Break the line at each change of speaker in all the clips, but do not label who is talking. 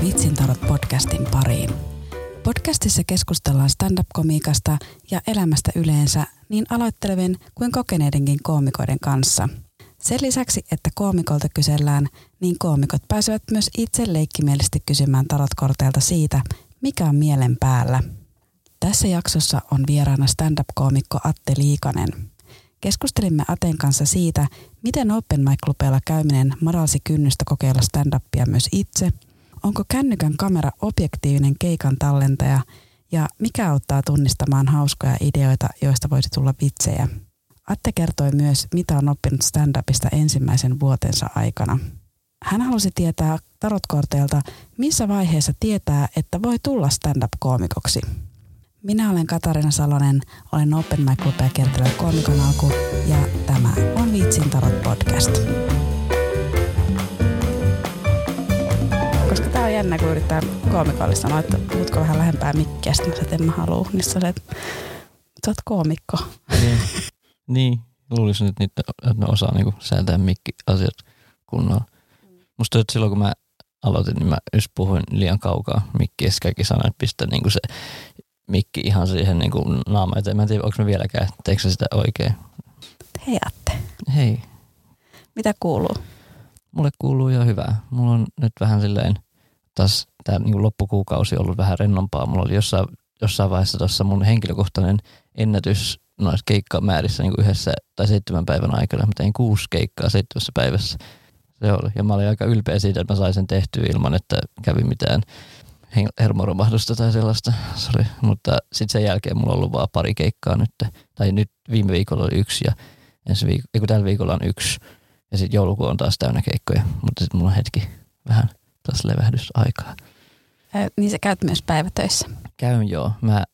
Vitsintarot podcastin pariin. Podcastissa keskustellaan stand-up-komiikasta ja elämästä yleensä niin aloittelevien kuin kokeneidenkin koomikoiden kanssa. Sen lisäksi, että koomikolta kysellään, niin koomikot pääsevät myös itse leikkimielisesti kysymään tarotkorteilta siitä, mikä on mielen päällä. Tässä jaksossa on vieraana stand-up-koomikko Atte Liikanen. Keskustelimme Aten kanssa siitä, miten open mic-klubeilla käyminen madalsi kynnystä kokeilla stand-upia myös itse, onko kännykän kamera objektiivinen keikan tallentaja ja mikä auttaa tunnistamaan hauskoja ideoita, joista voisi tulla vitsejä. Atte kertoi myös, mitä on oppinut stand-upista ensimmäisen vuotensa aikana. Hän halusi tietää tarotkorteilta, missä vaiheessa tietää, että voi tulla stand-up-koomikoksi. Minä olen Katarina Salonen, olen Open Mic Clubia kiertelevä koomikon alku ja tämä on Vitsintarot podcast. Koska tää on jännä, kun yrittää koomikoille sanoa, että puhutko vähän lähempää mikkiä, sitten että en mä halua, niin sä oot koomikko.
Niin, luulisin, että ne osaa niinku säätää mikki-asiat kunnolla. Musta että silloin kun mä aloitin, niin mä just puhuin liian kaukaa mikkiä, ja kaikki sanoi, että pistä niinku se mikki ihan siihen niinku naamaan eteen. Mä en tiedä, onko mä vieläkään, teekö sä sitä oikein?
Hei Atte.
Hei.
Mitä kuuluu?
Mulle kuuluu jo hyvää. Mulla on nyt vähän silleen, taas tää niinku loppukuukausi ollut vähän rennompaa. Mulla oli jossain vaiheessa tuossa mun henkilökohtainen ennätys noissa keikkamäärissä niinku 1 tai 7 päivän aikana. Mä tein 6 keikkaa 7 päivässä. Se oli. Ja mä olin aika ylpeä siitä, että mä sain sen tehtyä ilman, että kävi mitään hermoromahdusta tai sellaista. Sorry. Mutta sitten sen jälkeen mulla on ollut vaan 2 keikkaa nyt. Tai nyt viime viikolla oli 1 ja tällä viikolla on 1. Ja sitten joulukuu on taas täynnä keikkoja. Mutta sitten mulla on hetki vähän taas levähdysaikaa.
Niin sä käyt myös päivätöissä? Käyn
joo.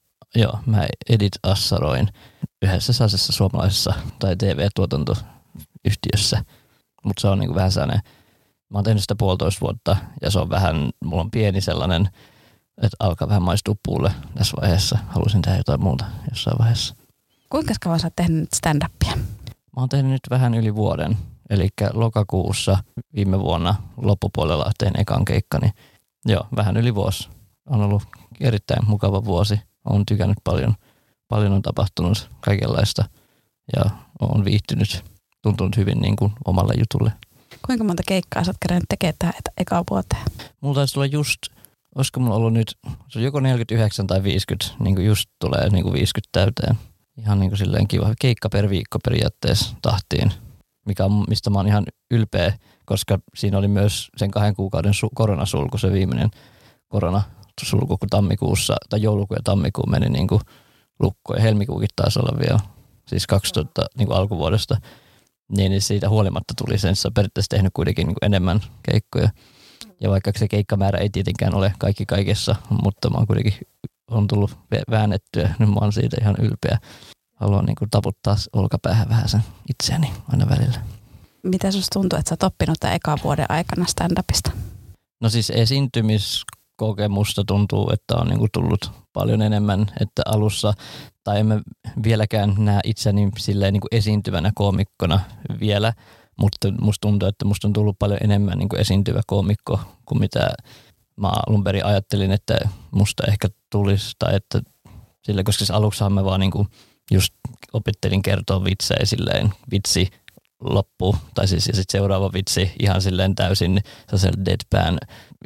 Mä assaroin yhdessä sellaisessa suomalaisessa tai TV-tuotantoyhtiössä. Mutta se on niinku vähän sellainen, mä oon tehnyt sitä 1,5 vuotta ja se on vähän, mulla on pieni sellainen, että alkaa vähän maistua puulle tässä vaiheessa. Haluaisin tehdä jotain muuta jossain vaiheessa.
Kuinka kauan sä oot tehnyt stand-upia?
Mä oon tehnyt nyt vähän yli vuoden. Eli lokakuussa viime vuonna loppupuolella tein ekan keikkani. Joo, vähän yli vuosi. On ollut erittäin mukava vuosi. Olen tykännyt paljon. Paljon on tapahtunut kaikenlaista ja olen viihtynyt. Tuntunut hyvin niin kuin omalle jutulle.
Kuinka monta keikkaa sä oot kerännyt tekemään tähän ekaan vuoteen?
Mulla taisi tulla just, olisiko mulla ollut nyt, se on joko 49 tai 50, niin kuin just tulee niin kuin 50 täyteen. Ihan niin kuin silleen kiva keikka per viikko periaatteessa tahtiin, mistä mä oon ihan ylpeä, koska siinä oli myös sen 2 kuukauden koronasulku, se viimeinen koronasulku, kun tammikuussa, tai joulukuu ja tammikuu meni niin kuin lukkoon, ja helmikuukin taisi olla vielä, siis 2000 niin kuin alkuvuodesta. Niin siitä huolimatta tuli sen, että periaatteessa tehnyt kuitenkin niin kuin enemmän keikkoja. Ja vaikka se keikkamäärä ei tietenkään ole kaikki kaikessa, mutta mä oon kuitenkin on tullut väännettyä, niin mä oon siitä ihan ylpeä. Haluan niin kuin taputtaa olkapäähän vähän sen itseäni aina välillä.
Mitä susta tuntuu, että sä oot oppinut tämän ekan vuoden aikana stand-upista?
No siis esiintymiskokemusta tuntuu, että on niin kuin tullut paljon enemmän, että alussa, tai en mä vieläkään näe itseäni silleen niin kuin esiintyvänä koomikkona vielä, mutta musta tuntuu, että musta on tullut paljon enemmän niin kuin esiintyvä koomikko kuin mitä mä alun perin ajattelin, että musta ehkä tulisi, tai että sillä, koska siis aluksihan mä vaan niin kuin just opettelin kertoa vitsejä silleen, vitsi loppu, tai siis ja sitten seuraava vitsi ihan silleen täysin sellaisella deadpan,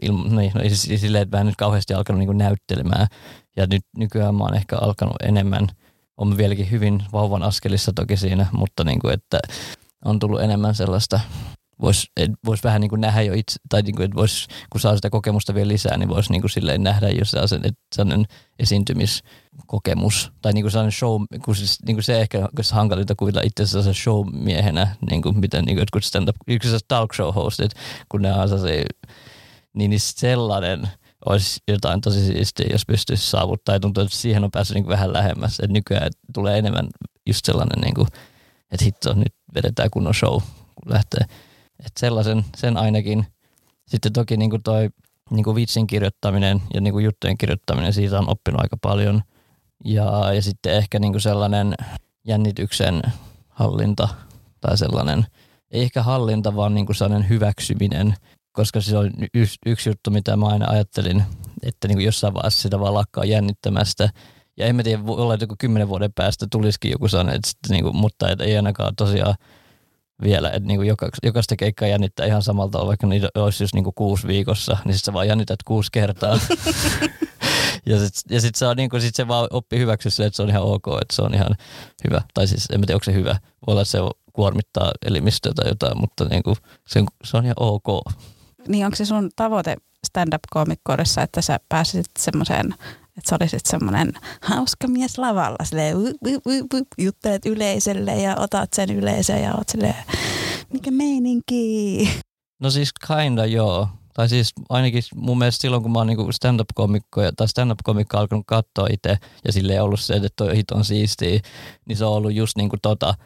silleen, että mä en nyt kauheasti alkanut niin kuin näyttelemään. Ja nyt nykyään mä oon ehkä alkanut enemmän, on vieläkin hyvin vauvan askelissa toki siinä, mutta niin kuin, että on tullut enemmän sellaista, vois vähän niin kuin nähdä jo itse, tai niin kuin, että vois, kun saa sitä kokemusta vielä lisää, niin voisi niin kuin silleen nähdä jo sellainen esiintymiskokemus, tai niin kuin sellainen show, kun siis, niin kuin se ehkä olisi hankalinta kuvitella itse asiassa show-miehenä, niin kuin miten niin kuin jotkut stand-up, yksissä talk show hostit, kun ne on sellaisia, niin sellainen olisi jotain tosi siistiä, jos pystyisi saavuttaa. Ja tuntuu, että siihen on päässyt niin kuin vähän lähemmäs. Että nykyään tulee enemmän just sellainen, niin kuin, että hitto, nyt vedetään kunnon show, kun lähtee. Että sen ainakin. Sitten toki niin kuin toi niin kuin vitsin kirjoittaminen ja niin kuin juttujen kirjoittaminen, siitä on oppinut aika paljon. Ja sitten ehkä niin kuin sellainen jännityksen hallinta tai sellainen, ei ehkä hallinta, vaan niin kuin sellainen hyväksyminen, koska se on yksi juttu, mitä mä aina ajattelin, että niin kuin jossain vaiheessa sitä vaan lakkaa jännittämästä. Ja en mä tiedä, voi olla, että joku 10 vuoden päästä tulisikin joku sellainen, että sitten, niin kuin, mutta ei ainakaan tosiaan vielä, että niin kuin jokaista keikkaa jännittää ihan samalta, vaikka niitä olisi just niin kuin 6 viikossa, niin sitten sä vaan jännität 6 kertaa. Ja sit se on niin kuin, sit se vaan oppii hyväksyä sille, että se on ihan ok, että se on ihan hyvä. Tai siis en mä tiedä, onko se hyvä. Voi olla, että se kuormittaa elimistöä tai jotain, mutta niin kuin, se on ihan ok.
Niin onko se sun tavoite stand-up-koomikkoudessa, että sä pääsisit semmoiseen, että sä olisit semmoinen hauska mies lavalla, silleen juttelet yleisölle ja otat sen yleisön ja oot silleen, mikä meininki?
No siis kinda joo. Tai siis ainakin mun mielestä silloin, kun mä oon niinku stand-up-komikkoja tai stand-up-komikkoa alkanut katsoa itse ja silleen ollut se, että toi hit on siistiä, niin se on ollut just niinku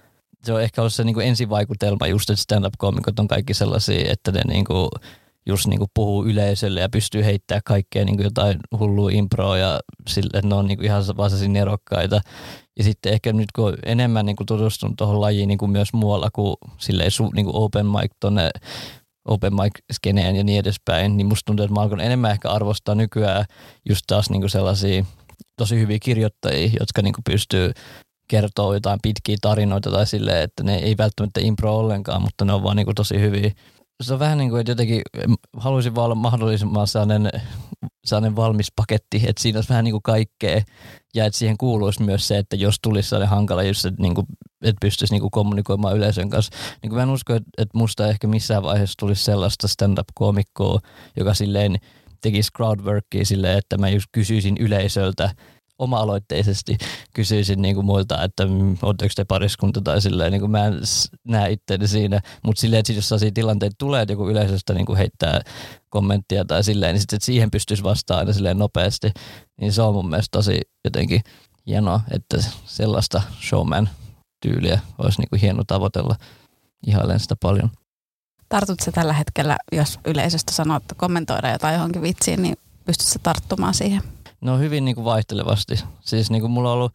se on ehkä ollut se niinku ensivaikutelma just, että stand-up-komikot on kaikki sellaisia, että ne niinku just niinku puhuu yleisölle ja pystyy heittämään kaikkea niinku jotain hullua improa ja sille, että ne on niinku ihan vastaisia nerokkaita. Ja sitten ehkä nyt kun enemmän niinku tutustunut tuohon lajiin niinku myös muualla kuin silleen niinku open mic tonne open mic-skeneen ja niin edespäin, niin musta tuntuu, että mä alkan enemmän ehkä arvostaa nykyään just taas niinku sellaisia tosi hyviä kirjoittajia, jotka niinku pystyy kertoo jotain pitkiä tarinoita tai silleen, että ne ei välttämättä impro ollenkaan, mutta ne on vaan niinku tosi hyviä. Se on vähän niin kuin, että jotenkin haluaisin vaan olla mahdollisimman sellainen valmis paketti, että siinä olisi vähän niin kuin kaikkea ja että siihen kuuluisi myös se, että jos tulisi sellainen hankala just, että, niin kuin, että pystyisi niin kuin kommunikoimaan yleisön kanssa. Niin kuin mä en usko, että musta ehkä missään vaiheessa tulisi sellaista stand-up-komikkoa, joka silleen tekisi crowdworkia silleen, että mä just kysyisin yleisöltä oma-aloitteisesti kysyisin niin kuin muilta, että oletteko te pariskunta tai silleen, niin kuin mä en näe itseäni siinä, mutta silleen, että jos sellaisia tilanteita tulee, että joku yleisöstä niin kuin heittää kommenttia tai silleen, niin sitten siihen pystyisi vastaamaan aina silleen nopeasti, niin se on mun mielestä tosi jotenkin hienoa, että sellaista showman-tyyliä olisi niin kuin hieno tavoitella. Ihailen sitä paljon.
Tartut sä tällä hetkellä, jos yleisöstä sanoo, että kommentoida jotain johonkin vitsiin, niin pystyt sä tarttumaan siihen?
No hyvin niin kuin vaihtelevasti. Siis niin kuin mulla on ollut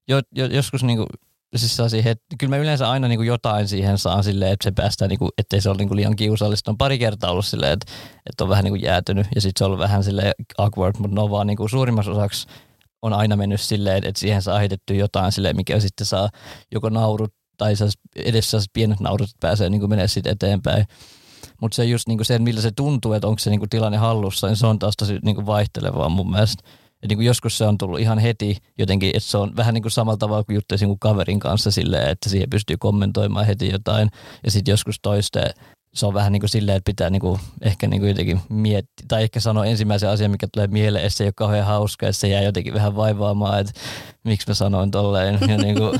joskus niin kuin, siis kyllä mä yleensä aina niin kuin jotain siihen saan silleen, että se päästään, niin kuin, ettei se ole niin kuin liian kiusallista. On pari kertaa ollut silleen, että on vähän niin kuin jäätynyt ja sitten se on ollut vähän silleen awkward, mutta ne on vaan niin kuin suurimmassa osaksi on aina mennyt silleen, että siihen saa heitettyä jotain silleen, mikä sitten saa joko naurut tai edessä pienet naurut, että pääsee niin kuin menee sitten eteenpäin. Mutta se just niin kuin se, että millä se tuntuu, että onko se niin kuin tilanne hallussa, niin se on taas tosi niin kuin vaihtelevaa mun mielestä. Et niin kuin joskus se on tullut ihan heti jotenkin, että se on vähän niin kuin samalla tavalla kuin juttelisin kuin kaverin kanssa silleen, että siihen pystyy kommentoimaan heti jotain. Ja sitten joskus toiste, se on vähän niin kuin silleen, että pitää niin kuin ehkä niin kuin jotenkin miettiä, tai ehkä sanoa ensimmäisen asian, mikä tulee mieleen, että se ei ole kauhean hauska, että se jää jotenkin vähän vaivaamaan, että miksi mä sanoin tolleen. Ja niin kuin,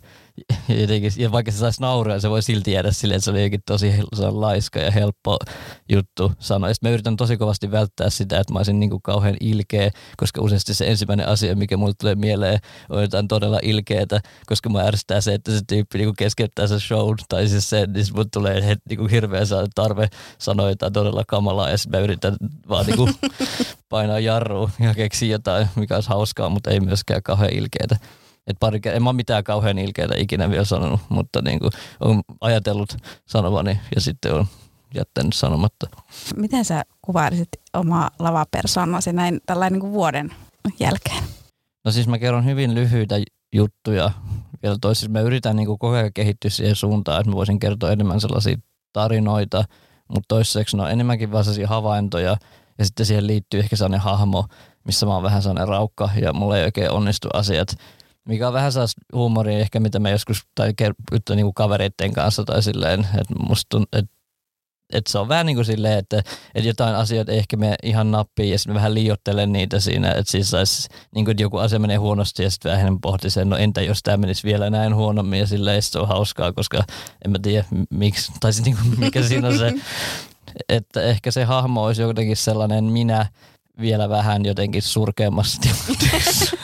ja vaikka se saisi nauraa, se voi silti jäädä silleen, että se oli jokin tosi laiska ja helppo juttu sanoa. Ja sitten mä yritän tosi kovasti välttää sitä, että mä olisin niin kuin kauhean ilkeä, koska useasti se ensimmäinen asia, mikä mulle tulee mieleen, on jotain todella ilkeätä, koska mä ärsyttää se, että se tyyppi niin kuin keskeyttää se show, tai siis se, niin mulle tulee niin kuin hirveä tarve sanoa jotain todella kamalaa, ja sitten mä yritän vaan niin kuin painaa jarruun ja keksiä jotain, mikä olisi hauskaa, mutta ei myöskään kauhean ilkeätä. En mä ole mitään kauhean ilkeätä ikinä vielä sanonut, mutta niin kuin olen ajatellut sanomani ja sitten olen jättänyt sanomatta.
Miten sä kuvailisit omaa lavapersoonasi näin tällainen niin kuin vuoden jälkeen?
No siis mä kerron hyvin lyhyitä juttuja. Vielä toisaalta mä yritän niin kuin koko ajan kehittyä siihen suuntaan, että mä voisin kertoa enemmän sellaisia tarinoita, mutta toiseksi ne on enemmänkin vaan sellaisia havaintoja ja sitten siihen liittyy ehkä sellainen hahmo, missä mä oon vähän sellainen raukka ja mulla ei oikein onnistu asiat. Mikä on vähän sellaista huumoria ehkä, mitä mä joskus tai niin kavereiden kanssa tai silleen, että musta että se on vähän niin kuin silleen, että jotain asioita ei ehkä mene ihan nappiin ja sitten mä vähän liioittelen niitä siinä, että siis saisi, niin kuin joku asia menee huonosti ja sitten vähän pohti sen, no entä jos tämä menisi vielä näin huonommin ja silleen se on hauskaa, koska en mä tiedä miksi, tai niin kuin mikä siinä on se, että ehkä se hahmo olisi jotenkin sellainen minä vielä vähän jotenkin surkeammassa tilanteessa.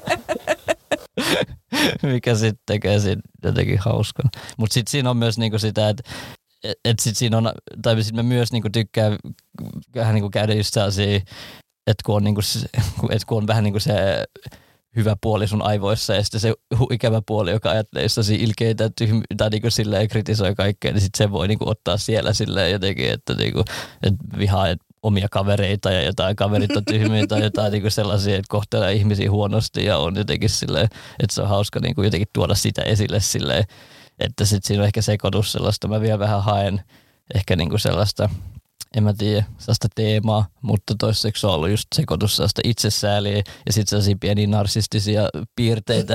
Mikä sitten tekee siitä jotenkin hauskan. Mutta sitten siinä on myös niinku sitä, että sit siinä on, tai sitten mä myös niinku tykkään vähän niinku käydä just sellaisia, että kun on, niinku, kun on vähän niinku se hyvä puoli sun aivoissa ja sitten se ikävä puoli, joka ajattelee ilkeitä tai niinku silleen kritisoi kaikkea, niin sitten se voi niinku ottaa siellä silleen jotenkin, että niinku, et vihaa omia kavereita ja jotain kaverit on tyhmiä tai jotain niinku sellaisia, että kohtelee ihmisiä huonosti ja on jotenkin silleen, että se on hauska niinku jotenkin tuoda sitä esille silleen, että sitten siinä on ehkä sekoitus sellaista. Mä vielä vähän haen ehkä niinku sellaista, en mä tiedä, sellaista teemaa, mutta toistaiseksi on ollut just sekoitus sellaista itsesääliä ja sitten sellaisia pieniä narsistisia piirteitä,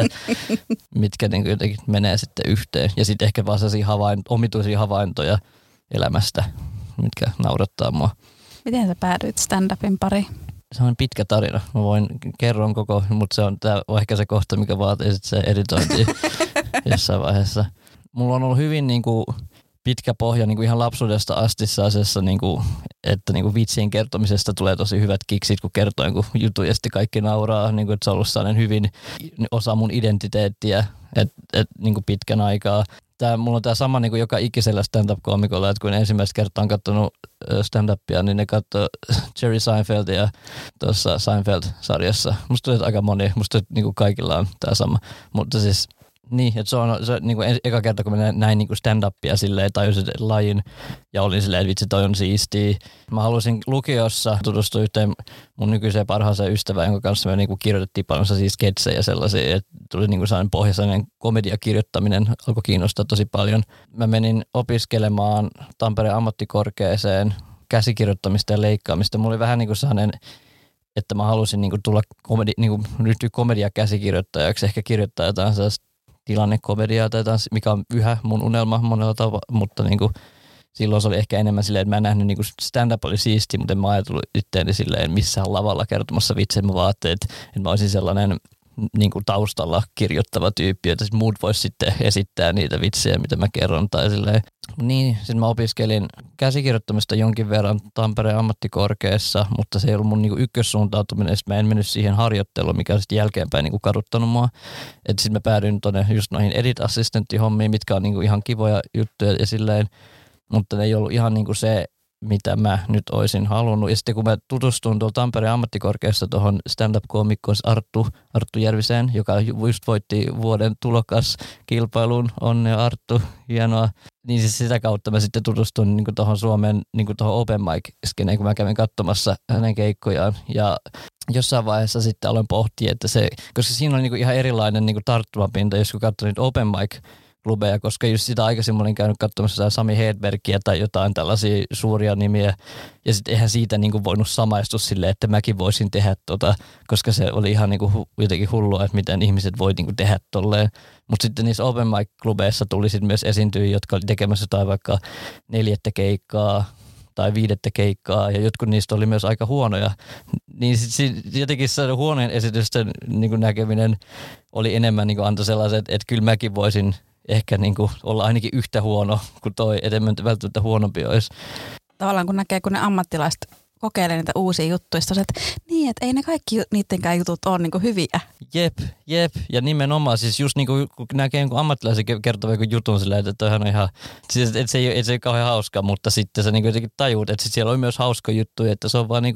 mitkä niinku jotenkin menee sitten yhteen. Ja sitten ehkä vaan sellaisia omituisia havaintoja elämästä, mitkä naurattaa mua.
Miten sä päädyit stand-upin pariin?
Se on pitkä tarina. Mä kerron koko, mutta tää on ehkä se kohta, mikä vaatii sitten se editointi jossain vaiheessa. Mulla on ollut hyvin niinku pitkä pohja niinku ihan lapsuudesta asti sellaisessa, niinku, että niinku vitsien kertomisesta tulee tosi hyvät kiksit, kun kertoo jonkun jutun ja sitten kaikki nauraa. Niinku, että se on ollut sellainen hyvin osa mun identiteettiä, että niinku pitkän aikaa. Mulla on tämä sama niin kuin joka ikisellä stand-up-koomikolla, että kun ensimmäistä kertaa on katsonut stand-upia, niin ne katsoo Jerry Seinfeldia tuossa Seinfeld-sarjassa. Musta tuntuu, että aika moni, musta tuntuu, että niin kuin kaikilla on tämä sama. Mutta siis niin, että se on niin kuin eka kerta, kun mä näin niin kuin stand-upia silleen, tajusin lajin ja olin silleen, että vitsi, toi on siistiä. Mä halusin lukiossa tutustua yhteen mun nykyiseen parhaaseen ystävään, jonka kanssa me niin kuin kirjoitettiin paljon siis sketsejä ja sellaisia, että tuli niin kuin sellainen pohjainen komediakirjoittaminen, alkoi kiinnostaa tosi paljon. Mä menin opiskelemaan Tampereen ammattikorkeeseen käsikirjoittamista ja leikkaamista. Mulla oli vähän niin kuin sellainen, että mä halusin niin kuin tulla ryhtyä komediakäsikirjoittajaksi, ehkä kirjoittaa jotain sellaista tilannekomediaa tai jotain, mikä on yhä mun unelma monella tavalla, mutta niin kuin silloin se oli ehkä enemmän silleen, että mä en nähnyt niin kuin stand-up oli siistiä, mutta en mä ajatellut itseäni silleen missään lavalla kertomassa vitsejä. Mä vaattein, että mä olisin sellainen niin kuin taustalla kirjoittava tyyppi, että muut vois sitten esittää niitä vitsejä, mitä mä kerron tai silleen. Niin, sitten mä opiskelin käsikirjoittamista jonkin verran Tampereen ammattikorkeassa, mutta se ei ollut mun niin kuin ykkössuuntautuminen, sitten mä en mennyt siihen harjoitteluun, mikä on sitten jälkeenpäin niin kuin kaduttanut mua. Että sitten mä päädyin tuonne just noihin edit-assistenttihommiin, mitkä on niin kuin ihan kivoja juttuja ja silleen, mutta ne ei ollut ihan niin kuin se, mitä mä nyt olisin halunnut. Ja sitten kun mä tutustuin tuolla Tampereen ammattikorkeassa tuohon stand-up-koomikkoon Arttu Järviseen, joka just voitti vuoden tulokaskilpailun, onnea Arttu, hienoa. Niin siis sitä kautta mä sitten tutustuin niin tuohon Suomen niin tuohon open mic-skeneen, kun mä kävin katsomassa hänen keikkojaan. Ja jossain vaiheessa sitten aloin pohtia, että se, koska siinä oli niin ihan erilainen niin tarttumapinta, jos kun katsoin open mic-klubeja, koska just sitä aikaisemmin olin käynyt katsomassa Sami Hedbergia tai jotain tällaisia suuria nimiä. Ja sitten eihän siitä niin kuin voinut samaistua silleen, että mäkin voisin tehdä koska se oli ihan niin kuin jotenkin hullua, että miten ihmiset voi niin kuin tehdä tolleen. Mutta sitten niissä open mic-klubeissa tuli sitten myös esiintyjiä, jotka oli tekemässä jotain vaikka 4. keikkaa tai 5. keikkaa, ja jotkut niistä oli myös aika huonoja. Niin jotenkin se huonojen esitysten niin kuin näkeminen oli enemmän niin kuin antoi sellaiset, että kyllä mäkin voisin ehkä niin kuin olla ainakin yhtä huono kuin toi, enemmän välttämättä huonompi olisi. Tavallaan kun näkee, kun ne ammattilaiset kokeilee niitä uusia juttuja, että niin, että ei ne kaikki niittenkään jutut ole niin kuin hyviä. Jep. Ja nimenomaan siis just niin kuin, kun näkee jonkun ammattilaisen kertova joku jutun silleen, että toihan on ihan, siis, että se ei ole kauhean hauska, mutta sitten sä niin kuin jotenkin tajuut, että siellä on myös hauska juttuja, että se on vaan niin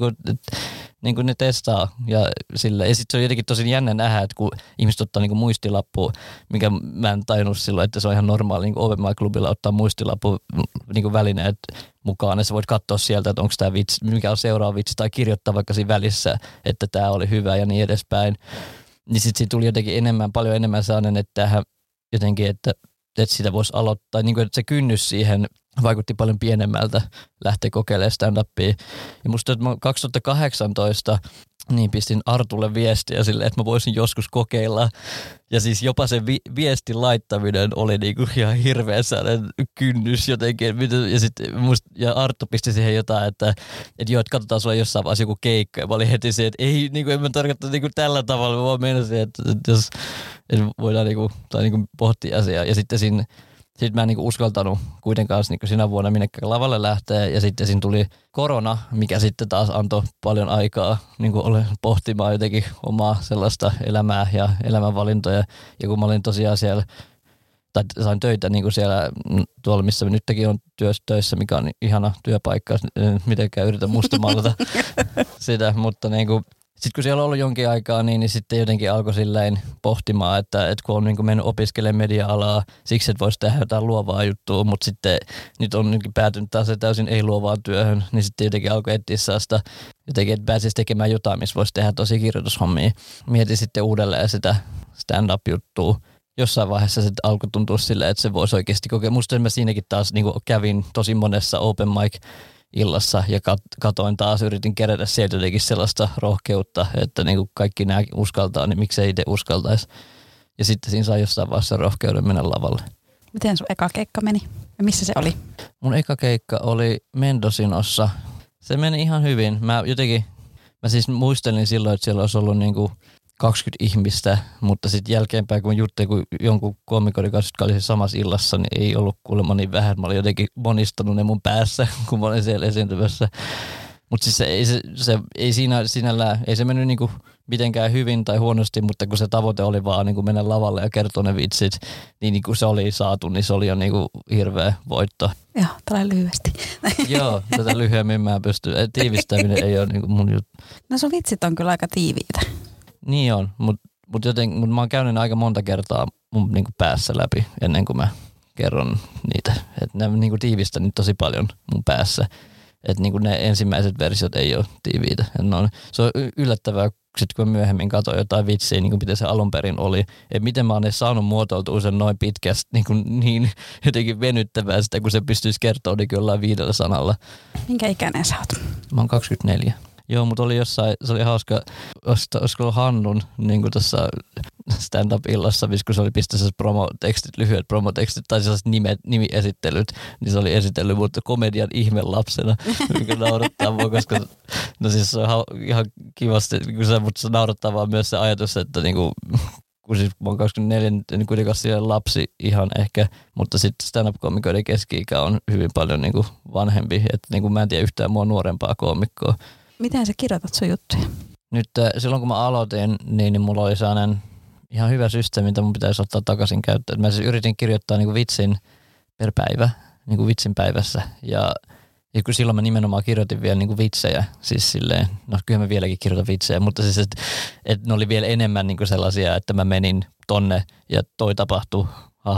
kuin ne testaa ja sillä. Ja sitten se on jotenkin tosi jännä nähdä, että kun ihmiset ottaa niin kuin muistilappu, mikä mä en tajunnut silloin, että se on ihan normaali niin kuin open mic-klubilla ottaa muistilappu niin kuin välineet mukaan, ja sä voit katsoa sieltä, että onko tämä vitsi, mikä on seuraava vitsi, tai kirjoittaa vaikka siinä välissä, että tämä oli hyvä ja niin edespäin. Niin sitten siitä tuli jotenkin paljon enemmän sellainen, että tähän jotenkin, että sitä voisi aloittaa, niin kuin, että se kynnys siihen vaikutti paljon pienemmältä lähteä kokeilemaan stand-upia. Ja musta, että mä 2018 niin pistin Artulle viestiä silleen, että mä voisin joskus kokeilla. Ja siis jopa se viestin laittaminen oli niinku ihan hirveä sellainen kynnys jotenkin. Ja Arttu pisti siihen jotain, että joo, että katsotaan sulla jossain vaiheessa joku keikka. Ja mä olin heti se, että ei, niinku, en mä tarkoita niinku tällä tavalla. Mä vaan meinasin, että jos voidaan niinku pohtia asiaa. Ja sitten mä en niinku uskaltanut kuitenkaan niinku sinä vuonna minnekään lavalle lähteä, ja sitten siinä tuli korona, mikä sitten taas antoi paljon aikaa niinku pohtimaan jotenkin omaa sellaista elämää ja elämänvalintoja. Ja kun mä olin tosiaan siellä, tai sain töitä niinku siellä tuolla, missä nytkin on töissä, mikä on ihana työpaikka, mitenkään yritä mustamaalata sitä, mutta niinku Sitten kun siellä on ollut jonkin aikaa, niin sitten jotenkin alkoi silleen pohtimaan, että kun on niin kuin mennyt opiskelemaan media-alaa siksi, että voisi tehdä jotain luovaa juttua, mutta sitten nyt on päätynyt taas täysin ei-luovaan työhön, niin sitten jotenkin alkoi etsiä sellaista jotenkin, että pääsisi tekemään jotain, missä voisi tehdä tosi kirjoitushommia. Mietin sitten uudelleen sitä stand-up-juttua. Jossain vaiheessa se alkoi tuntua silleen, että se voisi oikeasti kokea. Musta mä siinäkin taas niin kuin kävin tosi monessa open mic illassa ja katoin taas, yritin kerätä sieltä jotenkin sellaista rohkeutta, että niin kuin kaikki nämä uskaltaa, niin miksei itse uskaltaisi. Ja sitten siinä sai jossain vaiheessa rohkeuden mennä lavalle.
Miten sun eka keikka meni? Ja missä se oli?
Mun eka keikka oli Mendocinossa. Se meni ihan hyvin. Mä siis muistelin silloin, että siellä olisi ollut niinku 20 ihmistä, mutta sitten jälkeenpäin, kun juttelin jonkun koomikoiden kanssa, jotka oli samassa illassa, niin ei ollut kuulemma niin vähän. Mä olin jotenkin monistanut ne mun päässä, kun mä olin siellä esiintymässä. Mutta siis ei siinä sinällään, ei se mennyt niinku mitenkään hyvin tai huonosti, mutta kun se tavoite oli vaan niinku mennä lavalle ja kertoa ne vitsit, niin kun se oli saatu, niin se oli jo niinku hirveä voitto.
Joo, tällä lyhyesti.
Joo, tätä lyhyemmin mä pystyn. Tiivistäminen ei ole niinku mun juttu.
No sun vitsit on kyllä aika tiiviitä.
Niin on, mutta mä oon käynyt aika monta kertaa mun niinku päässä läpi ennen kuin mä kerron niitä. Että ne niinku tiivistän nyt tosi paljon mun päässä. Että niinku ne ensimmäiset versiot ei ole tiiviitä. Se on yllättävää, sit kun mä myöhemmin katsoin jotain vitsiä, niin kuin miten se alun perin oli. Että miten mä oon edes saanut muotoiltua sen noin pitkästi, niin jotenkin venyttävää sitä, kun se pystyisi kertoa niin jollain 5 sanalla.
Minkä ikäinen sä oot?
Mä oon 24. Joo, mutta oli jossain, se oli hauska, olisiko ollut Hannun niin kuin tuossa stand-up-illassa, kun se oli pistässä promotekstit, lyhyet promotekstit tai sellaiset nimiesittelyt, niin se oli esitellyt mut komedian ihmelapsena, mikä naurattaa mua, koska no siis se on ihan kivasti, mutta se naurattaa vaan myös se ajatus, että niinku, kun siis mä oon 24, niin kuitenkaan siellä lapsi ihan ehkä, mutta sitten stand-up-koomikoiden keski-ikä on hyvin paljon niinku vanhempi, että niinku mä en tiedä yhtään mua nuorempaa koomikkoa.
Miten sä kirjoitat sun juttuja?
Nyt silloin kun mä aloitin, niin mulla oli sellainen ihan hyvä systeemi, mitä mun pitäisi ottaa takaisin käyttöön. Mä siis yritin kirjoittaa niinku vitsin per päivä, niinku vitsin päivässä. Ja kun silloin mä nimenomaan kirjoitin vielä niinku vitsejä, siis silleen, no kyllä mä vieläkin kirjoitan vitsejä, mutta siis että ne oli vielä enemmän niinku sellaisia, että mä menin tonne ja toi tapahtui,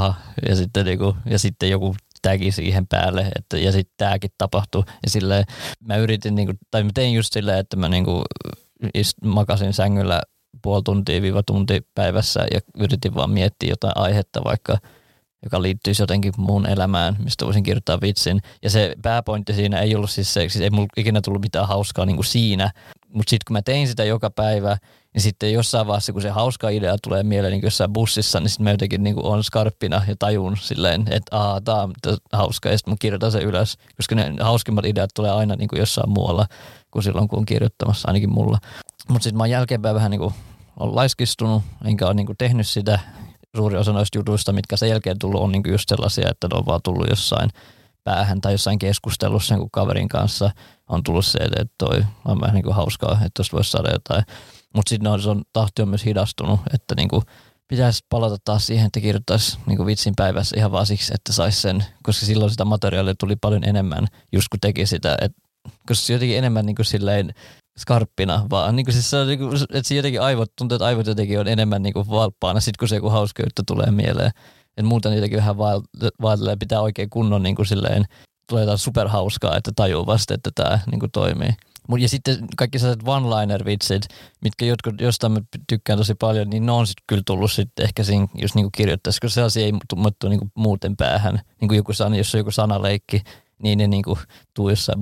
ja sitten joku tagi siihen päälle, ja sitten tääkin tapahtui. Ja silleen mä yritin, mä tein just silleen, että mä makasin sängyllä puoli tuntia-tunti päivässä ja yritin vaan miettiä jotain aihetta vaikka, joka liittyisi jotenkin mun elämään, mistä voisin kirjoittaa vitsin. Ja se pääpointti siinä ei ollut siis se, siis ei mulla ikinä tullut mitään hauskaa niin kuin siinä, mutta sitten kun mä tein sitä joka päivä, niin sitten jossain vaiheessa, kun se hauska idea tulee mieleen niin jossain bussissa, niin sitten mä jotenkin niin on skarppina ja tajun silleen, että tää on hauska, ja sitten mä kirjoitan sen ylös, koska ne hauskimmat ideat tulee aina niin kuin jossain muualla kuin silloin, kun on kirjoittamassa, ainakin mulla. Mutta sitten mä oon jälkeenpäin vähän niin kuin on laiskistunut, enkä ole niin kuin tehnyt sitä. Suuri osa noista jutuista, mitkä sen jälkeen tullut, on niin kuin just sellaisia, että ne on vaan tullut jossain päähän tai jossain keskustelussa niin kuin kaverin kanssa on tullut se, että toi on vähän niin kuin hauskaa, että tuosta voisi saada jotain. Mutta sitten se on tahti on myös hidastunut, että niin kuin pitäisi palata taas siihen, että kirjoittaisi niin kuin vitsin päivässä ihan vaan siksi, että saisi sen, koska silloin sitä materiaalia tuli paljon enemmän, just kun teki sitä, koska se jotenkin enemmän niin kuin silleen skarppina, vaan niin kuin siis se on, niin kuin, että jotenkin tuntuu, että aivot jotenkin on enemmän niin kuin valppaana, sit kun se joku hauska juttu tulee mieleen. Että muuten jotenkin vähän vaatelee, pitää oikein kunnon niin kuin silleen, tulee jotain superhauskaa, että tajuu vasta, että tämä niin kuin toimii. Ja sitten kaikki sellaiset one-liner-vitsit, mitkä jostain mä tykkään tosi paljon, niin ne on sitten kyllä tullut sitten ehkä siinä just niin kuin kirjoittaisi, koska sellaisia ei tule niin kuin muuten päähän. Niin kuin jos on joku sanaleikki, niin ne niin kuin tuu jossain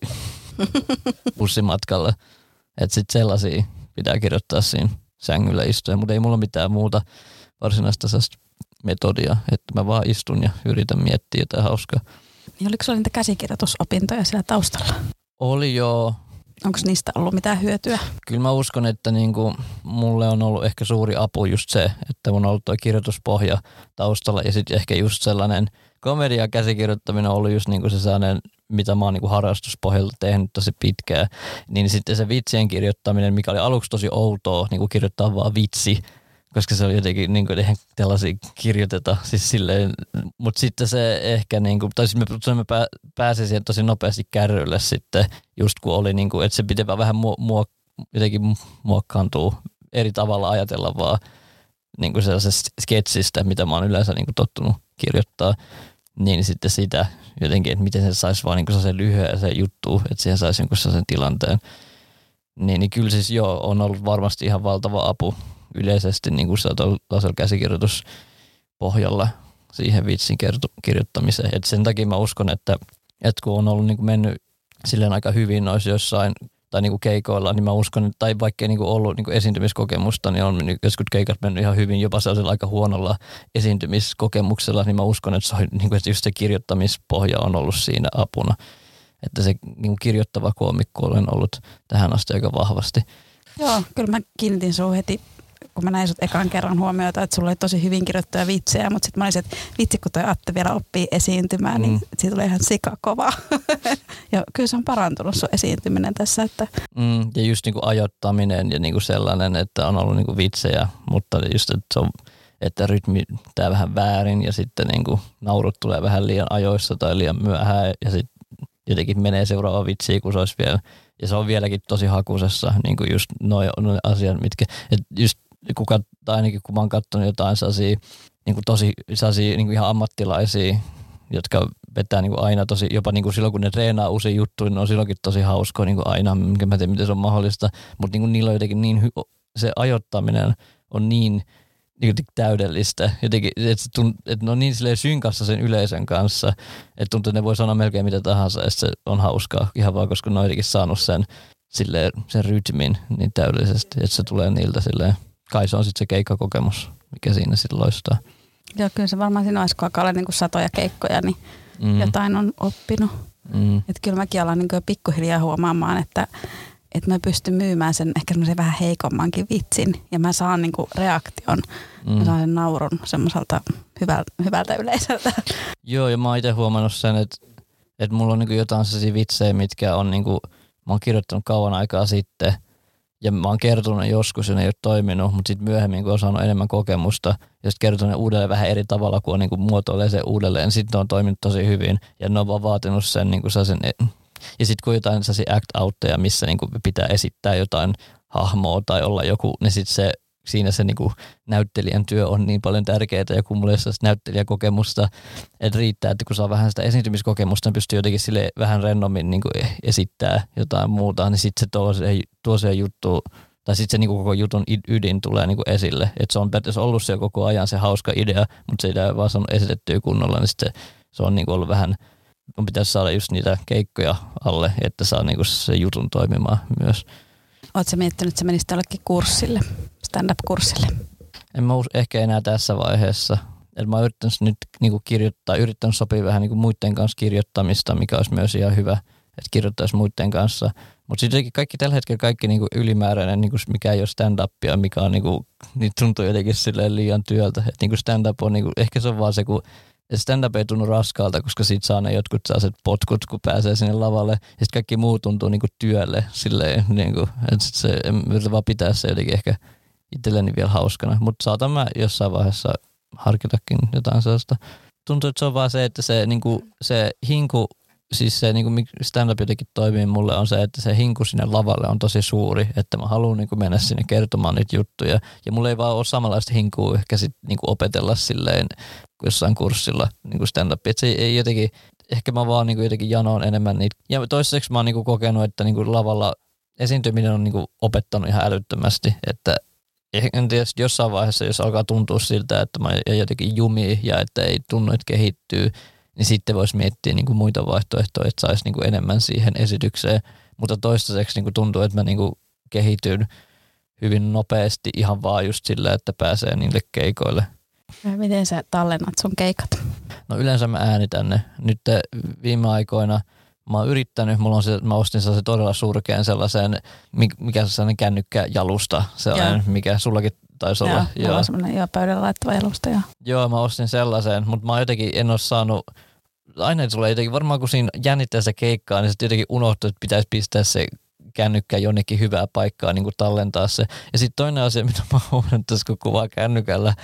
bussimatkalla. Että sitten sellaisia pitää kirjoittaa siinä sängyllä istuen, mutta ei mulla mitään muuta varsinaista metodia, että mä vaan istun ja yritän miettiä jotain hauskaa.
Niin oliko sulla niitä käsikirjoitusopintoja siellä taustalla?
Oli joo.
Onko niistä ollut mitään hyötyä? Kyllä
mä uskon, että niinku mulle on ollut ehkä suuri apu just se, että mun on ollut tuo kirjoituspohja taustalla ja sitten ehkä just sellainen komedia käsikirjoittaminen on ollut just niinku se sellainen, mitä mä oon niinku harrastuspohjalta tehnyt tosi pitkään. Niin sitten se vitsien kirjoittaminen, mikä oli aluksi tosi outoa, niinku kirjoittaa vaan vitsi, koska se oli jotenkin, niin kuin, eihän tällaisia kirjoiteta, siis silleen, mutta sitten se ehkä, niin kuin, tai siis mä pääsin siihen tosi nopeasti kärrylle sitten, just kun oli, niin kuin, että se pitää vähän jotenkin muokkaantuu eri tavalla ajatella vaan niin kuin sellaisesta sketsistä, mitä mä oon yleensä niin kuin tottunut kirjoittaa, niin sitten sitä jotenkin, että miten se saisi vaan niin kuin sellaisen lyhyen se juttu, että siihen saisi jonkun sellaisen tilanteen. Niin kyllä siis joo, on ollut varmasti ihan valtava apu yleisesti niin kuin sellaisella käsikirjoituspohjalla siihen vitsin kirjoittamiseen. Et sen takia mä uskon, että kun on ollut niin kuin mennyt silleen aika hyvin noissa jossain tai niin kuin keikoilla, niin mä uskon, että tai vaikka ei niin kuin ollut niin kuin esiintymiskokemusta, niin on joskus keikat mennyt ihan hyvin, jopa sellaisella aika huonolla esiintymiskokemuksella, niin mä uskon, että, se on, niin kuin, että just se kirjoittamispohja on ollut siinä apuna. Että se niin kuin kirjoittava koomikko on ollut tähän asti aika vahvasti.
Joo, kyllä mä kiinnitin sun heti, kun mä näin sut ekan kerran huomiota, että sulla oli tosi hyvin kirjoittuja vitsejä, mutta sitten mä olisin, että vitsi kun toi Atte vielä oppii esiintymään, niin siitä tulee ihan sikakova. Ja kyllä se on parantunut sun esiintyminen tässä. Että
ja just niin kuin ajoittaminen ja niin kuin sellainen, että on ollut niin kuin vitsejä, mutta just, että se on, että rytmi tää vähän väärin ja sitten niin kuin naurut tulee vähän liian ajoissa tai liian myöhään ja sitten jotenkin menee seuraava vitsiin, kun se olisi vielä, ja se on vieläkin tosi hakusessa, niin kuin just noi asiat, mitkä, että just ainakin kun mä oon katsonut jotain sellaisia, niin kuin tosi sellaisia niin kuin ihan ammattilaisia, jotka vetää niin kuin aina tosi, jopa niin kuin silloin kun ne treenaa uusia juttuja, niin on silloinkin tosi hauskoa niin kuin aina, minkä mä tiedän, miten se on mahdollista, mutta niin kuin niillä on jotenkin niin, se ajoittaminen on niin täydellistä. Jotenkin, että ne on niin synkassa sen yleisön kanssa, että tuntuu, että ne voi sanoa melkein mitä tahansa, että se on hauskaa ihan vaan, koska ne on jotenkin saanut sen rytmin niin täydellisesti, että se tulee niiltä silleen. Kai se on sitten se keikkakokemus, mikä siinä sitten loistaa.
Joo, kyllä se varmaan siinä olisi, kun alkaa olla niin kuin satoja keikkoja, niin jotain on oppinut. Että kyllä mäkin alan niin kuin pikkuhiljaa huomaamaan, että mä pystyn myymään sen ehkä semmoisen vähän heikommankin vitsin ja mä saan niinku reaktion. Mä saan sen naurun semmoiselta hyvältä yleisöltä.
Joo, ja mä oon itse huomannut sen, että mulla on niinku jotain sellaisia vitsejä, mitkä on niinku, mä oon kirjoittanut kauan aikaa sitten ja mä oon kertonut joskus ja ne ei ole toiminut, mutta sitten myöhemmin kun on saanut enemmän kokemusta ja sitten kertonut ne uudelleen vähän eri tavalla, kun on niinku muotoilee sen uudelleen, sitten ne on toiminut tosi hyvin ja ne on vaan vaatinut sen niinku sellaisen. Ja sitten kun jotain sellaisia act-outteja, missä niinku pitää esittää jotain hahmoa tai olla joku, niin sitten siinä se niinku näyttelijän työ on niin paljon tärkeää ja kun mulla ei ole näyttelijäkokemusta, että riittää, että kun saa vähän sitä esiintymiskokemusta, niin pystyy jotenkin sille vähän rennommin niinku esittää jotain muuta, niin sitten se tuo se juttu, tai sitten se niinku koko jutun ydin tulee niinku esille. Että se on periaatteessa ollut se koko ajan se hauska idea, mutta se ei ole vaan saanut esitettyä kunnolla, niin sitten se on niinku ollut vähän. On pitäisi saada just niitä keikkoja alle, että saa niinku se jutun toimimaan myös.
Oletko miettinyt, että sä menisit jollekin kurssille, stand-up-kurssille?
En mä ehkä enää tässä vaiheessa. Et mä oon yrittänyt nyt niinku kirjoittaa, yrittänyt sopia vähän niinku muiden kanssa kirjoittamista, mikä olisi myös ihan hyvä, että kirjoittaisi muiden kanssa. Mutta sitten kaikki tällä hetkellä kaikki niinku ylimääräinen, niinku, mikä ei ole stand-upia, mikä on niinku, niin tuntuu jotenkin silleen liian työltä. Että niinku stand-up on, niinku, ehkä se on vaan se, kun stand-up ei tunnu raskaalta, koska siitä saa ne jotkut sellaiset potkut, kun pääsee sinne lavalle. Ja sitten kaikki muu tuntuu niinku työlle silleen, niinku, että se yritän vaan pitää se jotenkin ehkä itselleni vielä hauskana. Mutta saatan mä jossain vaiheessa harkitakin jotain sellaista. Tuntuu, että se on vaan se, että se, niinku, se hinku, siis se niinku, stand-up jotenkin toimii mulle on se, että se hinku sinne lavalle on tosi suuri, että mä haluan niinku mennä sinne kertomaan niitä juttuja. Ja mulla ei vaan ole samanlaista hinkua ehkä sit niinku opetella silleen jossain kurssilla niinku stand-up. Että se ei jotenkin, ehkä mä vaan niinku jotenkin janoon enemmän niitä. Ja toiseksi mä oon niinku kokenut, että niinku lavalla esiintyminen on niinku opettanut ihan älyttömästi, että en tiedä, jossain vaiheessa, jos alkaa tuntua siltä, että mä jotenkin jumii ja että ei tunnu, että kehittyy, niin sitten voisi miettiä niinku muita vaihtoehtoja, että saisi niinku enemmän siihen esitykseen. Mutta toistaiseksi niinku tuntuu, että mä niinku kehityn hyvin nopeasti ihan vaan just sillä, että pääsee niille keikoille.
Miten sä tallennat sun keikat?
No yleensä mä äänitän ne. Nyt viime aikoina mä oon yrittänyt, mä ostin sellaisen todella surkean sellaisen, mikä on sellainen kännykkäjalusta, sellainen, mikä sullakin taisi olla.
Joo, semmoinen pöydällä laittava jalusta.
Joo, mä ostin sellaisen, mutta mä jotenkin en ole saanut, aina tulee jotenkin, varmaan kun siinä jännittää se keikkaa, niin sitten jotenkin unohtuu, että pitäisi pistää se kännykkä jonnekin hyvää paikkaa, niin kuin tallentaa se. Ja sitten toinen asia, mitä mä huomannut tässä, kun kuvaa kännykällä,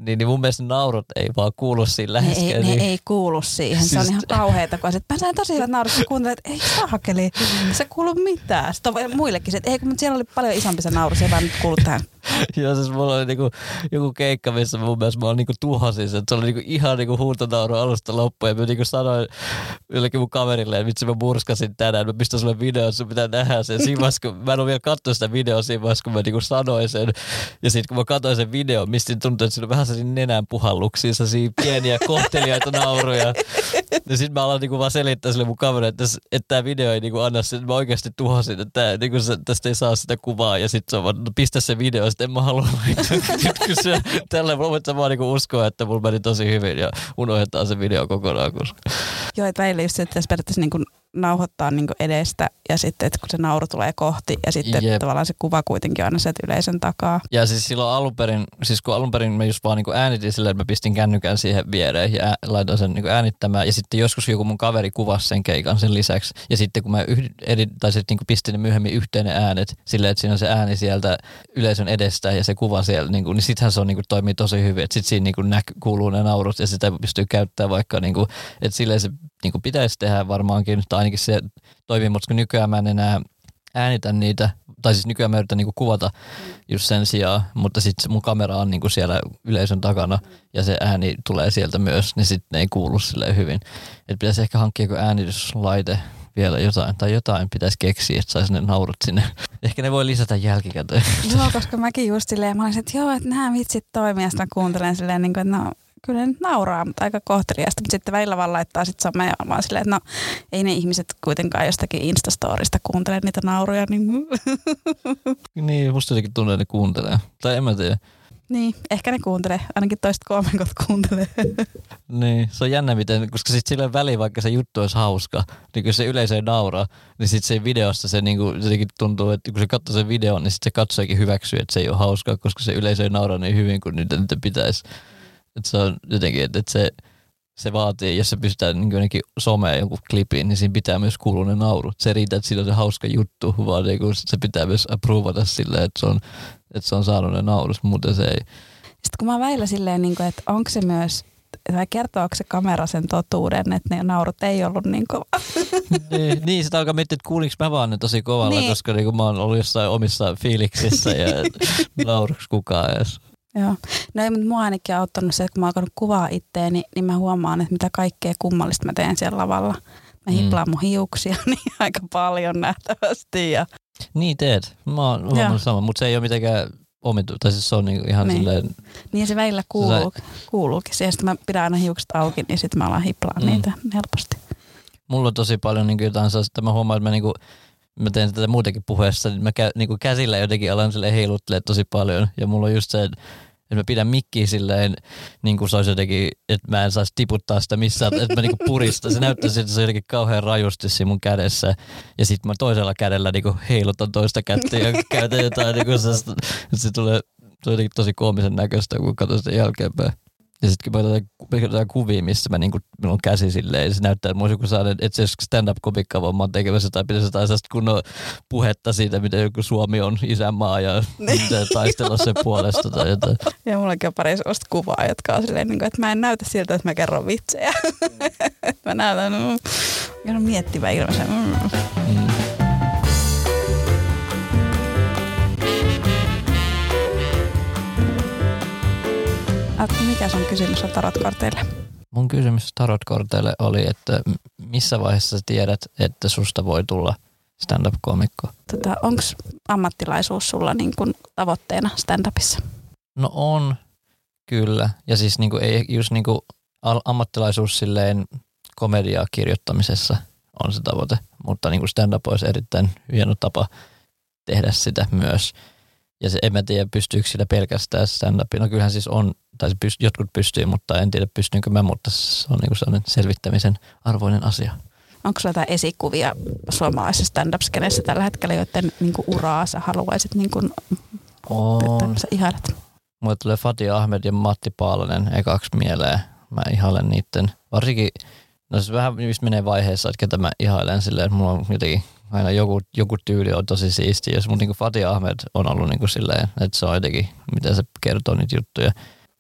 niin mun mielestä naurut ei vaan kuulu siinä läheskään.
Ne ei kuulu siihen. Se on ihan kauheeta, kun mä sain tosi hyvät naurut, kun kuuntelin, että ei saakeli, se kuulu mitään. Sitten on muillekin se, että mutta siellä oli paljon isompi se nauru, se ei vaan nyt kuulu tähän.
Joo, siis mulla oli niinku joku keikka, missä mun mielestä mä niinku tuhosin sen. Se oli niinku ihan niinku huutonauru alusta loppuun. Ja mä niinku sanoin jollekin mun kaverille, että vitsi mä murskasin tänään. Mä pistän sulle videon, sun pitää nähdä sen. Siinä vaiheessa, kun mä en ole vielä katsonut sitä videoa siinä vaiheessa, kun mä niinku sanoin sen. Ja sitten kun mä katsoin sen videon, mistä tuntui, että siinä on vähän sellaisia nenän puhalluksia, sellaisia pieniä kohteliaita nauruja. Ja sitten mä alan niinku vaan selittää sille mun kaverille, että tämä video ei niinku anna sen. Mä oikeasti tuhosin, että niinku tästä ei saa sitä kuvaa. Ja sitten se on vaan, pistä se video, sitten en mä halua nyt kysyä. Tällä mä vaan niinku uskoa, että mulla meni tosi hyvin ja unohdetaan se video kokonaan. Koska.
Joo, että välillä just se, että periaatteessa niinku nauhoittaa niinku edestä ja sitten, että kun se nauru tulee kohti ja sitten tavallaan se kuva kuitenkin on aina sieltä yleisön takaa.
Ja siis silloin alun perin mä just vaan niinku äänitin silleen, että mä pistin kännykän siihen viereen ja laitoin sen niinku äänittämään ja sitten joskus joku mun kaveri kuvasi sen keikan sen lisäksi ja sitten kun mä niinku pistin ne myöhemmin yhteen ne äänet silleen, että siinä on se ääni sieltä yleisön edestä ja se kuva siellä, niinku, niin sittenhän se on niinku toimii tosi hyvin, että sitten siinä niinku kuuluu ne naurut ja sitä pystyy käyttämään vaikka niinku, että silleen se niinku pitäisi tehdä varmaankin, tai ainakin se toimii, mutta kun nykyään mä en enää äänitä niitä, tai siis nykyään mä yritän niinku kuvata just sen sijaan, mutta sitten mun kamera on niinku siellä yleisön takana ja se ääni tulee sieltä myös, niin sitten ne ei kuulu silleen hyvin. Että pitäisi ehkä hankkia joku äänityslaite vielä jotain pitäisi keksiä, että saisi ne naurut sinne. Ehkä ne voi lisätä jälkikäteen.
Joo, koska mäkin just silleen, mä olisin, että joo, että nämä vitsit toimii, ja sitten mä kuuntelen silleen, että no, kyllä ne nyt nauraa, mutta aika kohteliasta, mutta sitten välillä vaan laittaa sit somea vaan silleen, että no ei ne ihmiset kuitenkaan jostakin Instastorista kuuntele niitä nauruja.
Niin, musta jotenkin tuntuu, että ne kuuntelee. Tai en mä tiedä.
Niin, ehkä ne kuuntelee. Ainakin toiset koomikot kuuntelee.
Niin, se on jännä miten, koska sitten sillä väliin, vaikka se juttu olisi hauska, niin kun se yleisö ei nauraa, niin sitten se videossa se niinku, jotenkin tuntuu, että kun se katsoo sen videon, niin sitten se katsojakin hyväksyy, että se ei ole hauskaa, koska se yleisö ei nauraa niin hyvin kuin niitä pitäisi. Että se on jotenkin, että se vaatii, jos se pystytään niin jonnekin someen jonkun klipiin, niin siinä pitää myös kuulua ne naurut. Se riitä, että siinä on se hauska juttu, vaan niin se pitää myös approvata silleen, että se on saanut ne naurut, muuten se ei.
Sitten kun mä oon väillä silleen, että onko se myös, tai kertooko se kamera sen totuuden, että ne naurut ei ollut niin kova.
Niin, sitä alkaa miettiä, että kuulinko mä vaan ne tosi kovalla, niin. Koska niin mä oon ollut jossain omissa fiiliksissä ja nauruks kukaan edes.
Joo. No ei, mutta mua ainakin on auttanut se, että kun mä oon alkanut kuvaa itteeni, niin mä huomaan, että mitä kaikkea kummallista mä teen siellä lavalla. Mä hiplaan mun hiuksia niin aika paljon nähtävästi. Ja.
Niin teet. Mä oon huomannut sama, mutta se ei ole mitenkään omitu. Tai siis se on niinku ihan silleen.
Niin se välillä kuuluukin. Sitten mä pidän aina hiukset auki, niin sitten mä alan hiplaan niitä helposti.
Mulla on tosi paljon niinku jotain sellaista, mä huomaan, että mä teen tätä muutenkin puheessa, niin mä niinku käsillä jotenkin alan silleen heiluttelemaan tosi paljon. Ja mulla on just se, että mä pidän mikkiä silleen, niin kuin se olisi jotenkin, että mä en saisi tiputtaa sitä missään, että mä niinku puristan. Se näyttää siltä, että se on jotenkin kauhean rajusti siinä mun kädessä. Ja sitten mä toisella kädellä niinku heilutan toista kättä ja käytän jotain, niinku se tulee jotenkin tosi koomisen näköistä, kun katson sitä jälkeenpäin. Ja sitten kun mä otan kuvia, missä minulla on käsi silleen, ja se näyttää, että mä olisin joku saanut, että se stand-up-komikkaa vaan mä oon tekemässä tai pitäisi jotain sellaista kunnon puhetta siitä, miten joku Suomi on isänmaa ja taistella sen puolesta tai jotain.
Ja mullakin on pari sellaista kuvaa, jotka on silleen, että mä en näytä siltä, että mä kerron vitsejä. Mä näytän miettivä ilmeisen. Mikä sun kysymys on tarotkorteille?
Mun kysymys tarotkorteille oli, että missä vaiheessa sä tiedät, että susta voi tulla stand-up-komikko?
Onko ammattilaisuus sulla niin kun tavoitteena stand-upissa?
No on, kyllä. Ja siis niin kuin, ei just niin kuin ammattilaisuus silleen komediaa kirjoittamisessa on se tavoite, mutta niin kuin stand-up olisi erittäin hieno tapa tehdä sitä myös. Ja se, en mä tiedä, pystyykö sillä pelkästään stand-upia. No kyllähän siis on, tai jotkut pystyy, mutta en tiedä pystyykö mä, mutta se on niinku sellainen selvittämisen arvoinen asia.
Onko sulla jotain esikuvia suomalaisessa stand-up-skenessä tällä hetkellä, joiden niinku uraa sä haluaisit niinku, sä ihailet?
Mulle tulee Fatih Ahmed ja Matti Paalanen ekaksi mieleen. Mä ihailen niitten, varsinkin, no se vähän menee vaiheessa, että ketä mä ihailen silleen, että mulla on jotenkin aina joku tyyli on tosi siistiä. Jos mun niinku Fatih Ahmed on ollut niinku silleen, että se on jotenkin, miten se kertoo niitä juttuja. Niin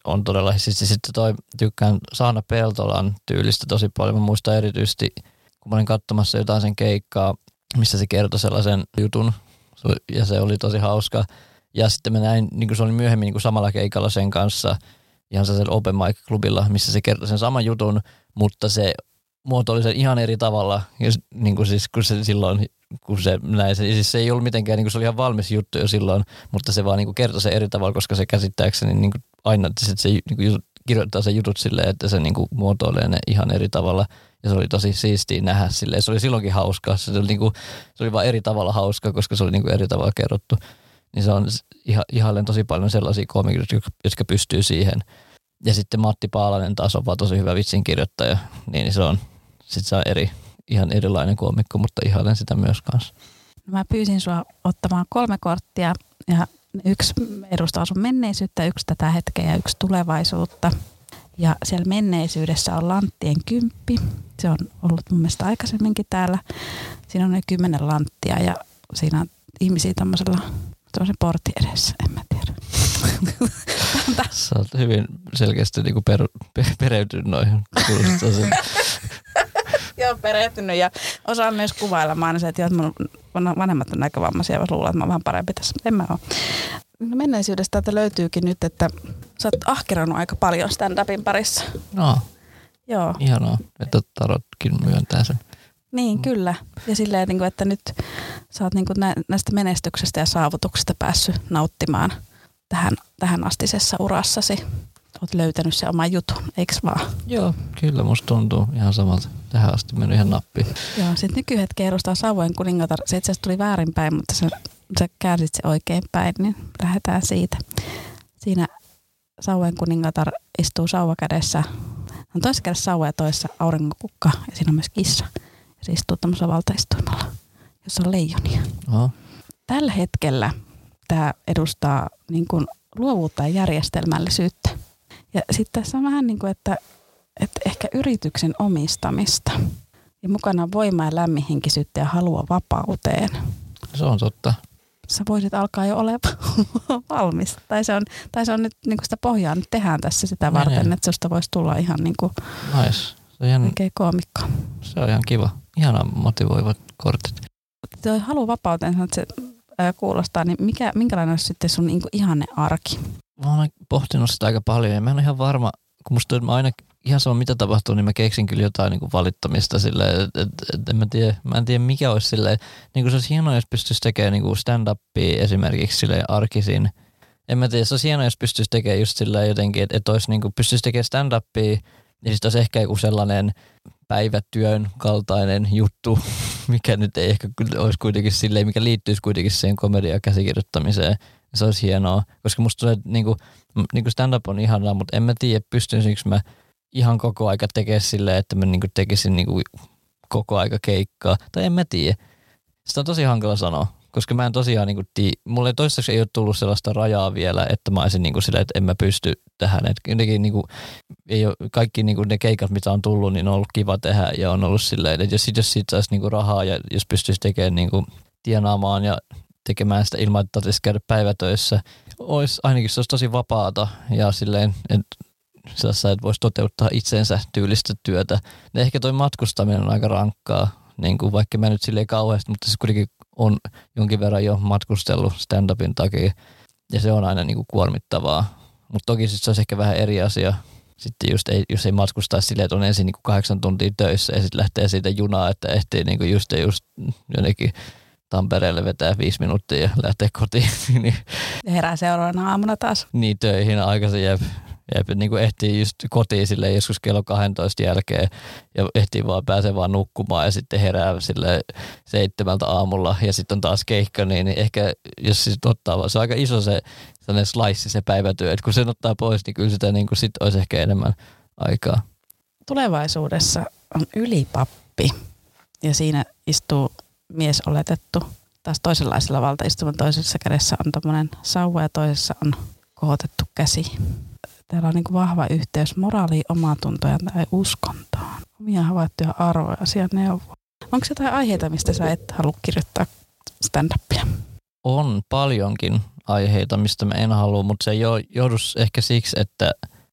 on todella, siis sitten tykkään Saana Peltolan tyylistä tosi paljon. Mä muistan erityisesti, kun mä olin katsomassa jotain sen keikkaa, missä se kertoi sellaisen jutun, ja se oli tosi hauska. Ja sitten mä näin, niin kuin se oli myöhemmin niin kuin samalla keikalla sen kanssa, ihan sellaisella open mic-klubilla, missä se kertoi sen saman jutun, mutta se muotoili sen ihan eri tavalla, niin kuin siis, kun se silloin, kun se näin, siis se ei ollut mitenkään, niin kuin se oli ihan valmis juttu jo silloin, mutta se vaan niin kuin kertoi sen eri tavalla, koska se käsittääkseni niin kuin aina, että se niin kuin kirjoittaa sen jutut silleen, että se niin kuin muotoilee ne ihan eri tavalla, ja se oli tosi siistiä nähdä silleen, se oli silloinkin hauskaa, se oli vaan eri tavalla hauskaa, koska se oli niin kuin eri tavalla kerrottu, niin se on ihailen tosi paljon sellaisia koomikoita, jotka pystyy siihen. Ja sitten Matti Paalanen taas on vaan tosi hyvä vitsinkirjoittaja, niin se on ihan erilainen koomikko, mutta ihailen sitä myös kanssa.
Mä pyysin sua ottamaan 3 korttia ja 1 edustaa sun menneisyyttä, 1 tätä hetkeä ja 1 tulevaisuutta. Ja siellä menneisyydessä on lanttien 10. Se on ollut mun mielestä aikaisemminkin täällä. Siinä on ne 10 lanttia ja siinä on ihmisiä tämmöisen portin edessä, en mä tiedä.
Sä oot hyvin selkeästi niinku pereytynyt noihin.
Joo, perehtynyt ja osaan myös kuvailemaan se, että mun vanhemmat on näkövammaisia ja luulen, että mä oon vähän parempi tässä. En mä oo. No menneisyydestä täältä löytyykin nyt, että sä oot ahkeroinut aika paljon stand-upin parissa.
No,
joo.
Ihanaa, että tarotkin myöntää sen.
Niin, kyllä. Ja silleen, että nyt sä oot näistä menestyksestä ja saavutuksista päässyt nauttimaan tähän astisessa urassasi. Oot löytänyt se oma jutun, eiks vaan?
Joo, kyllä musta tuntuu ihan samalta. Tähän asti mennyt ihan nappiin.
Joo, sit nykyhetken edustaa Savojen kuningatar. Se itse asiassa tuli väärinpäin, mutta sä käänsit se oikein päin, niin lähdetään siitä. Siinä Savojen kuningatar istuu sauva kädessä. On toisessa kädessä sauva ja toisessa aurinkokukka ja siinä on myös kissa. Ja se istuu tämmöisellä valtaistuimella, jossa on leijonia.
Oho.
Tällä hetkellä tämä edustaa niin kuin luovuutta ja järjestelmällisyyttä. Ja sitten tässä on vähän niin kuin, että ehkä yrityksen omistamista. Ja mukana on voimaa ja lämminhenkisyyttä ja halua vapauteen.
Se on totta.
Sä voisit alkaa jo olemaan valmis. Tai se on nyt niin kuin sitä pohjaa nyt tehdään tässä sitä varten, että susta voisi tulla ihan niin kuin oikein koomikko.
Se on ihan kiva. Ihana motivoivat kortit.
Tuo halu vapauteen, että se kuulostaa, niin minkälainen olisi sitten sun niin kuin ihanne arki?
Mä oon pohtinut sitä aika paljon ja mä en ole ihan varma, kun musta aina ihan sama mitä tapahtuu, niin mä keksin kyllä jotain niin kuin valittamista silleen, että mä en tiedä mikä olisi silleen, niin kuin se olisi hienoa, jos pystyisi tekemään niin kuin stand-upia esimerkiksi silleen arkisin. En mä tiedä, se olisi hienoa, jos pystyisi tekemään just silleen jotenkin, että olisi niin kuin pystyisi tekemään stand-upia ja sitten olisi ehkä joku sellainen päivätyön kaltainen juttu, mikä nyt ei ehkä olisi kuitenkin silleen, mikä liittyisi kuitenkin siihen komedian käsikirjoittamiseen. Se olisi hienoa, koska musta tulee, että niinku stand-up on ihanaa, mutta en mä tiedä, pystyisikö mä ihan koko aika tekemään silleen, että mä niinku tekisin niinku koko aika keikkaa. Tai en mä tiedä. Sitä on tosi hankala sanoa, koska mä en tosiaan niinku tiedä. Mulle ei toistaiseksi ei ole tullut sellaista rajaa vielä, että mä olisin niinku silleen, että en mä pysty tähän. Et jotenkin niinku, ei ole, kaikki niinku ne keikat, mitä on tullut, niin on ollut kiva tehdä ja on ollut silleen, että jos siitä saisi niinku rahaa ja jos pystyisi tekemään niinku tienaamaan ja tekemään sitä ilman, että tarvitsisi käydä päivätöissä. Ainakin se olisi tosi vapaata ja silleen, että voisi toteuttaa itsensä tyylistä työtä. Ja ehkä toi matkustaminen on aika rankkaa, niin kuin vaikka mä nyt silleen kauheasti, mutta se kuitenkin on jonkin verran jo matkustellut stand-upin takia. Ja se on aina niin kuin kuormittavaa. Mutta toki se olisi ehkä vähän eri asia. Sitten just jos ei matkustaisi silleen, että on ensin niin kuin 8 tuntia töissä ja sitten lähtee siitä junaa, että ehtii niin kuin just jonnekin Tampereelle vetää 5 minuuttia ja lähtee kotiin.
Ja herää seuraavana aamuna taas.
Niin, töihin aikaisin jääp niin kuin ehtii just kotiin silleen joskus kello 12 jälkeen ja ehtii pääsee vaan nukkumaan ja sitten herää silleen 7 aamulla ja sitten on taas keikka, niin ehkä jos sit ottaa, se on aika iso se sellainen slice se päivätyö, että kun sen ottaa pois, niin kyllä sitä niin kuin sit olisi ehkä enemmän aikaa. Tulevaisuudessa
on ylipappi ja siinä istuu mies oletettu. Taas toisenlaisella valtaistuman toisessa kädessä on tommonen sauva ja toisessa on kohotettu käsi. Täällä on niin kuin vahva yhteys moraaliin, omatuntoon tai uskontoon. Omia havaittuja arvoja, asia neuvoa. Onko jotain aiheita, mistä sä et halua kirjoittaa stand-upia?
On paljonkin aiheita, mistä mä en halua, mutta se ei johdu ehkä siksi, että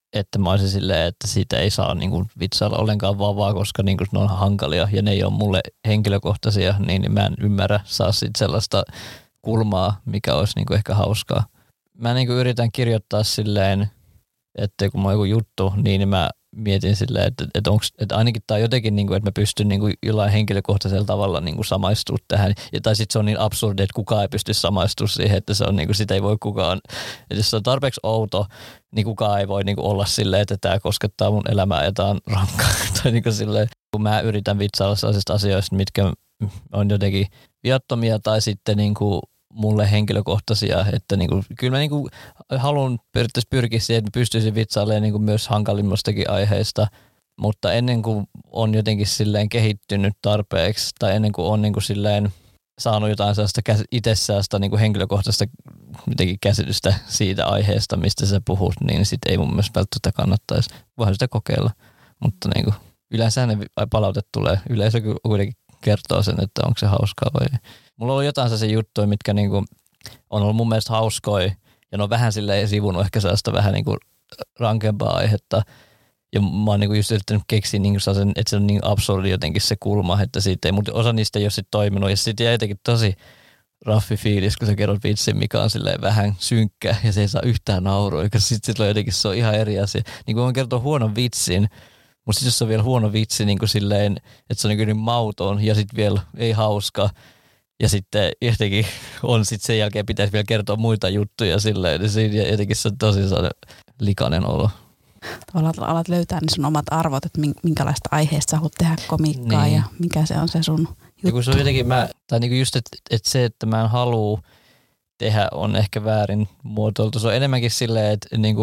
että mä olisin silleen, että siitä ei saa niinku vitsailla ollenkaan vaan koska niinku ne on hankalia ja ne ei ole mulle henkilökohtaisia, niin mä en ymmärrä saa sit sellaista kulmaa, mikä olisi niinku ehkä hauskaa. Mä niinku yritän kirjoittaa silleen, että kun mulla on joku juttu, niin mä mietin silleen, että ainakin tämä on jotenkin, niin kuin, että mä pystyn niin kuin jollain henkilökohtaisella tavalla niin kuin samaistumaan tähän. Tai sitten se on niin absurdi, että kukaan ei pysty samaistumaan siihen, että se on, niin kuin, sitä ei voi kukaan. Että jos se on tarpeeksi outo, niin kukaan ei voi niin kuin olla silleen, että tämä koskettaa mun elämää ja tämä on rankkaa. Tai niin kuin silleen, kun mä yritän vitsailla sellaisista asioista, mitkä on jotenkin viattomia tai sitten niin kuin mulle henkilökohtaisia, että niinku, kyllä mä niinku haluan periaatteessa pyrkiä siihen, että pystyisin vitsailemaan niinku myös hankalimmastakin aiheista, mutta ennen kuin on jotenkin silleen kehittynyt tarpeeksi tai ennen kuin on niinku silleen saanut jotain sellaista itsessään niinku henkilökohtaista jotenkin käsitystä siitä aiheesta, mistä sä puhut, niin sit ei mun mielestä välttämättä kannattaisi. Voihan sitä kokeilla, mutta niinku, yleensä ne palautet tulee. Yleisö kuitenkin kertoo sen, että onko se hauskaa vai ei. Mulla on ollut jotain sellaisia juttuja, mitkä niinku on ollut mun mielestä hauskoja ja ne on vähän silleen sivunut ehkä sellaista vähän niinku rankempaa aihetta. Ja mä oon niinku just yrittänyt keksiä niinku sellaisen, että se on niin absurdi jotenkin se kulma, että siitä ei, mutta osa niistä ei ole sitten toiminut. Ja sitten jäi jotenkin tosi raffi fiilis, kun sä kerrot vitsin, mikä on silleen vähän synkkä ja se ei saa yhtään naurua. Sitten jotenkin se on ihan eri asia. Niin kuin voin kertoa huonon vitsin, mutta sitten jos on vielä huono vitsi niin kuin silleen, että se on niin mauton ja sitten vielä ei hauska. Ja sitten jotenkin on sitten sen jälkeen pitäisi vielä kertoa muita juttuja silleen, niin siinä jotenkin se on tosi likainen olo.
Tavallaan alat löytää ne sun omat arvot, että minkälaista aiheesta sä haluat tehdä komiikkaa niin. Ja mikä se on se sun juttu.
Ja kun se on jotenkin, tai niinku just, että se, että mä en halua tehdä, on ehkä väärin muotoiltu. Se on enemmänkin silleen,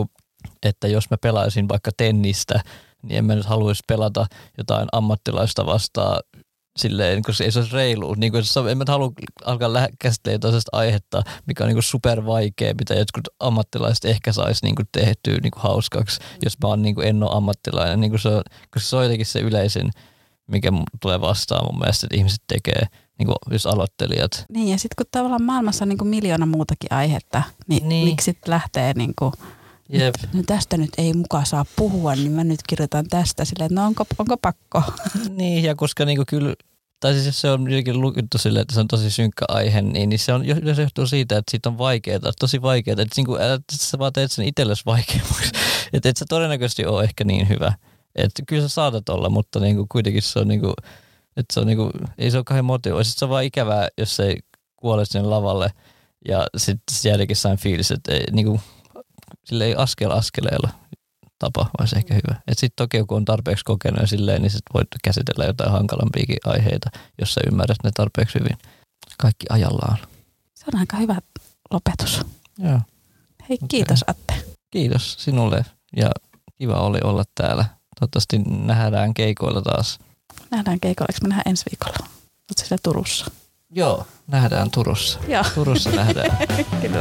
että jos mä pelaisin vaikka tennistä, niin en mä nyt haluaisi pelata jotain ammattilaista vastaan silleen, koska ei se olisi reilu. Niin kuin, en mä halua alkaa käsittelemään toisesta aihetta, mikä on niin super vaikea, mitä jotkut ammattilaiset ehkä saisi niin tehtyä niin hauskaksi, jos mä en ole ammattilainen. Niin se on, koska se on jotenkin se yleisin, mikä tulee vastaan mun mielestä, että ihmiset tekee, niin jos aloittelijat.
Niin, ja sitten kun tavallaan maailmassa on niin miljoona muutakin aihetta, niin. Miksi sitten lähtee niin kuin, no tästä nyt ei mukaan saa puhua, niin mä nyt kirjoitan tästä silleen, että no onko pakko? Niin, ja koska niinku kyllä, tai siis jos se on jotenkin lukittu silleen, että se on tosi synkkä aihe, niin se on yleensä johtuu siitä, että siitä on vaikeaa, tosi vaikeaa, että sä vaan teet sen itsellesi vaikeammaksi. Että et sä todennäköisesti ole ehkä niin hyvä. Että kyllä sä saatat olla, mutta niinku kuitenkin se on niinku, että se on niinku, ei se ole kauhean motivoiva. Sitten se on vaan ikävää, jos se ei kuole sinne lavalle ja sitten jäädäkin sain fiilis, että ei, niinku, sille ei askeleella tapa olisi ehkä hyvä. Että sitten toki kun on tarpeeksi kokenut ja silleen, niin sitten voit käsitellä jotain hankalampiakin aiheita, jos sä ymmärrät ne tarpeeksi hyvin. Kaikki ajallaan. Se on aika hyvä lopetus.
Joo.
Hei, kiitos Atte.
Kiitos sinulle ja kiva oli olla täällä. Toivottavasti nähdään keikoilla taas.
Nähdään keikoilla. Eikö me nähdään ensi viikolla? Oletko siellä Turussa?
Joo, nähdään Turussa.
Joo.
Turussa nähdään.
Kyllä.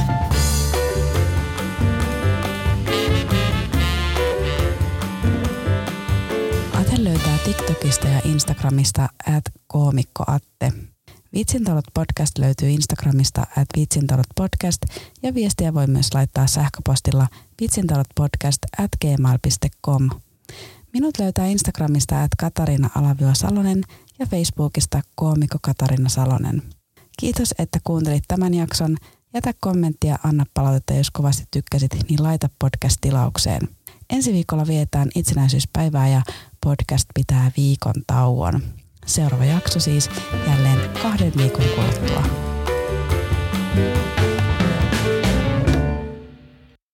Ate löytää TikTokista ja Instagramista @koomikkoatte. Vitsintalot podcast löytyy Instagramista @vitsintalotpodcast ja viestiä voi myös laittaa sähköpostilla vitsintalotpodcast@gmail.com. Minut löytää Instagramista @Katarina_Salonen ja Facebookista koomikko Katarina Salonen. Kiitos, että kuuntelit tämän jakson. Jätä kommenttia, anna palautetta, jos kovasti tykkäsit, niin laita podcast-tilaukseen. Ensi viikolla vietään itsenäisyyspäivää ja podcast pitää viikon tauon. Seuraava jakso siis jälleen 2 viikon kuluttua.